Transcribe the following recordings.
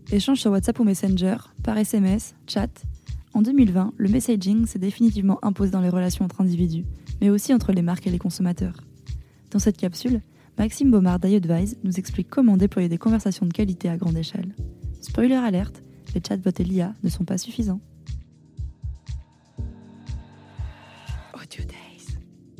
Échange sur WhatsApp ou Messenger, par SMS, chat. En 2020, le messaging s'est définitivement imposé dans les relations entre individus, mais aussi entre les marques et les consommateurs. Dans cette capsule, Maxime Baumard d'iAdvise nous explique comment déployer des conversations de qualité à grande échelle. Spoiler alerte, les chatbots et l'IA ne sont pas suffisants. Audio Days.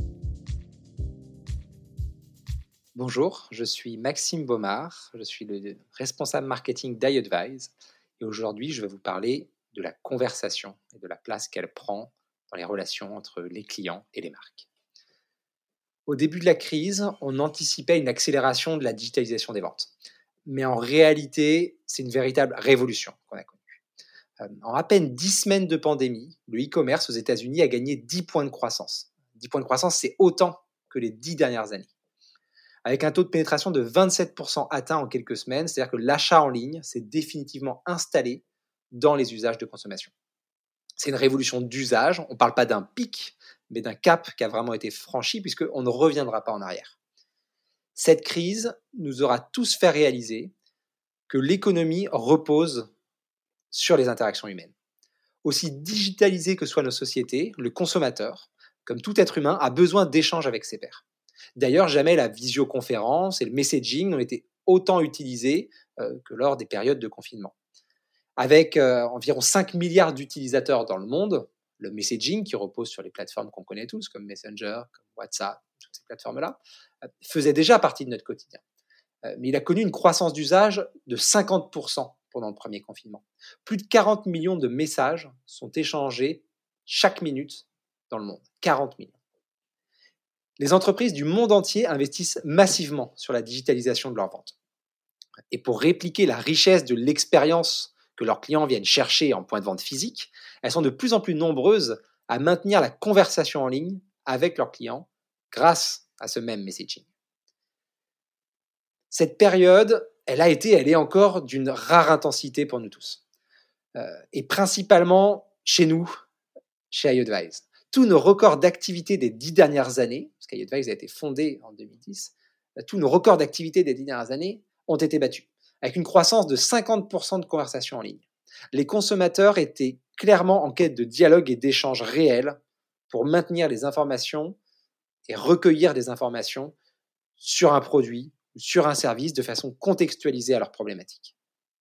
Bonjour, je suis Maxime Baumard, je suis le responsable marketing d'iAdvise et aujourd'hui je vais vous parler de la conversation et de la place qu'elle prend dans les relations entre les clients et les marques. Au début de la crise, on anticipait une accélération de la digitalisation des ventes. Mais en réalité, c'est une véritable révolution qu'on a connue. En à peine 10 semaines de pandémie, le e-commerce aux États-Unis a gagné 10 points de croissance. 10 points de croissance, c'est autant que les 10 dernières années. Avec un taux de pénétration de 27% atteint en quelques semaines, c'est-à-dire que l'achat en ligne s'est définitivement installé dans les usages de consommation. C'est une révolution d'usage, on ne parle pas d'un pic, mais d'un cap qui a vraiment été franchi puisqu'on ne reviendra pas en arrière. Cette crise nous aura tous fait réaliser que l'économie repose sur les interactions humaines. Aussi digitalisé que soient nos sociétés, le consommateur, comme tout être humain, a besoin d'échanges avec ses pairs. D'ailleurs, jamais la visioconférence et le messaging n'ont été autant utilisés que lors des périodes de confinement. Avec environ 5 milliards d'utilisateurs dans le monde, le messaging, qui repose sur les plateformes qu'on connaît tous, comme Messenger, comme WhatsApp, toutes ces plateformes-là, faisait déjà partie de notre quotidien. Mais il a connu une croissance d'usage de 50% pendant le premier confinement. Plus de 40 millions de messages sont échangés chaque minute dans le monde. 40 millions. Les entreprises du monde entier investissent massivement sur la digitalisation de leurs ventes. Et pour répliquer la richesse de l'expérience que leurs clients viennent chercher en point de vente physique, elles sont de plus en plus nombreuses à maintenir la conversation en ligne avec leurs clients grâce à ce même messaging. Cette période, elle est encore d'une rare intensité pour nous tous. Et principalement chez nous, chez iAdvise. Tous nos records d'activité des 10 dernières années, parce qu'iAdvise a été fondé en 2010, tous nos records d'activité des 10 dernières années ont été battus, avec une croissance de 50% de conversations en ligne. Les consommateurs étaient clairement en quête de dialogue et d'échanges réels pour maintenir les informations et recueillir des informations sur un produit ou sur un service de façon contextualisée à leurs problématiques.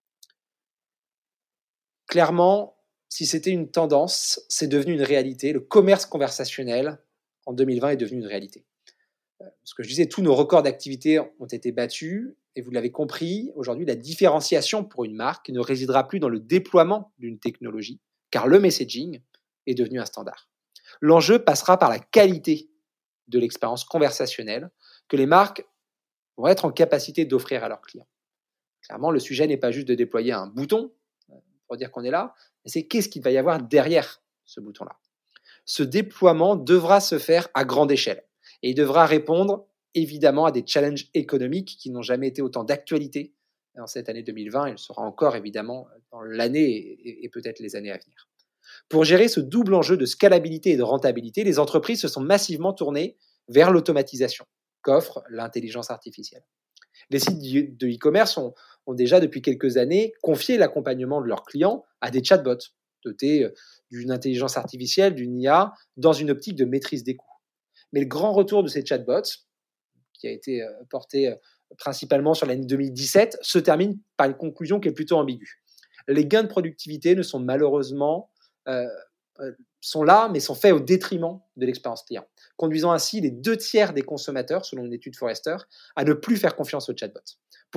Clairement, si c'était une tendance, c'est devenu une réalité. Le commerce conversationnel, en 2020, est devenu une réalité. Ce que je disais, tous nos records d'activité ont été battus. Et vous l'avez compris, aujourd'hui, la différenciation pour une marque ne résidera plus dans le déploiement d'une technologie, car le messaging est devenu un standard. L'enjeu passera par la qualité de l'expérience conversationnelle que les marques vont être en capacité d'offrir à leurs clients. Clairement, le sujet n'est pas juste de déployer un bouton pour dire qu'on est là, mais c'est qu'est-ce qu'il va y avoir derrière ce bouton-là. Ce déploiement devra se faire à grande échelle et il devra répondre évidemment à des challenges économiques qui n'ont jamais été autant d'actualité dans cette année 2020 et le sera encore évidemment dans l'année et peut-être les années à venir. Pour gérer ce double enjeu de scalabilité et de rentabilité, les entreprises se sont massivement tournées vers l'automatisation qu'offre l'intelligence artificielle. Les sites de e-commerce ont déjà depuis quelques années confié l'accompagnement de leurs clients à des chatbots dotés d'une intelligence artificielle, d'une IA, dans une optique de maîtrise des coûts. Mais le grand retour de ces chatbots, qui a été porté principalement sur l'année 2017, se termine par une conclusion qui est plutôt ambiguë. Les gains de productivité ne sont malheureusement sont là, mais sont faits au détriment de l'expérience client, conduisant ainsi les 2/3 des consommateurs, selon une étude Forrester, à ne plus faire confiance aux chatbots. Pourquoi ?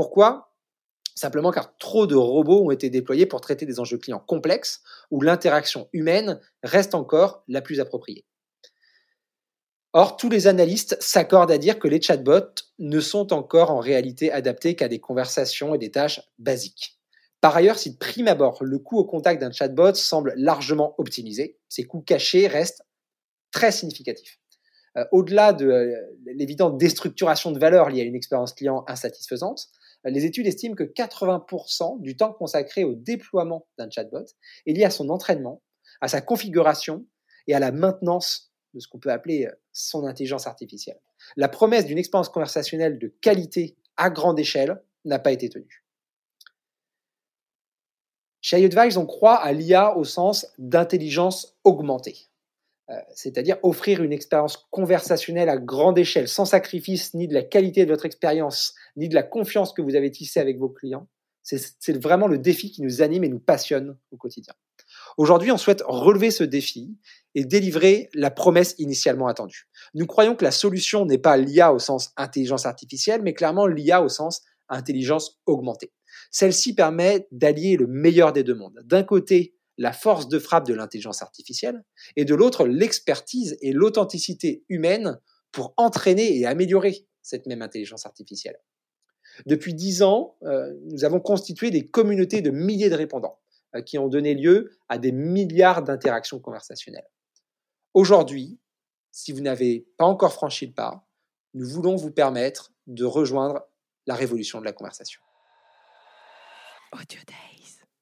Simplement car trop de robots ont été déployés pour traiter des enjeux clients complexes où l'interaction humaine reste encore la plus appropriée. Or, tous les analystes s'accordent à dire que les chatbots ne sont encore en réalité adaptés qu'à des conversations et des tâches basiques. Par ailleurs, si de prime abord, le coût au contact d'un chatbot semble largement optimisé, ces coûts cachés restent très significatifs. Au-delà de l'évidente déstructuration de valeur liée à une expérience client insatisfaisante, les études estiment que 80% du temps consacré au déploiement d'un chatbot est lié à son entraînement, à sa configuration et à la maintenance de ce qu'on peut appeler son intelligence artificielle. La promesse d'une expérience conversationnelle de qualité à grande échelle n'a pas été tenue. Chez iAdvise, on croit à l'IA au sens d'intelligence augmentée. C'est-à-dire offrir une expérience conversationnelle à grande échelle, sans sacrifice ni de la qualité de votre expérience, ni de la confiance que vous avez tissée avec vos clients. C'est vraiment le défi qui nous anime et nous passionne au quotidien. Aujourd'hui, on souhaite relever ce défi et délivrer la promesse initialement attendue. Nous croyons que la solution n'est pas l'IA au sens intelligence artificielle, mais clairement l'IA au sens intelligence augmentée. Celle-ci permet d'allier le meilleur des deux mondes. D'un côté, la force de frappe de l'intelligence artificielle, et de l'autre, l'expertise et l'authenticité humaine pour entraîner et améliorer cette même intelligence artificielle. Depuis 10 ans, nous avons constitué des communautés de milliers de répondants qui ont donné lieu à des milliards d'interactions conversationnelles. Aujourd'hui, si vous n'avez pas encore franchi le pas, nous voulons vous permettre de rejoindre la révolution de la conversation. Audio Days.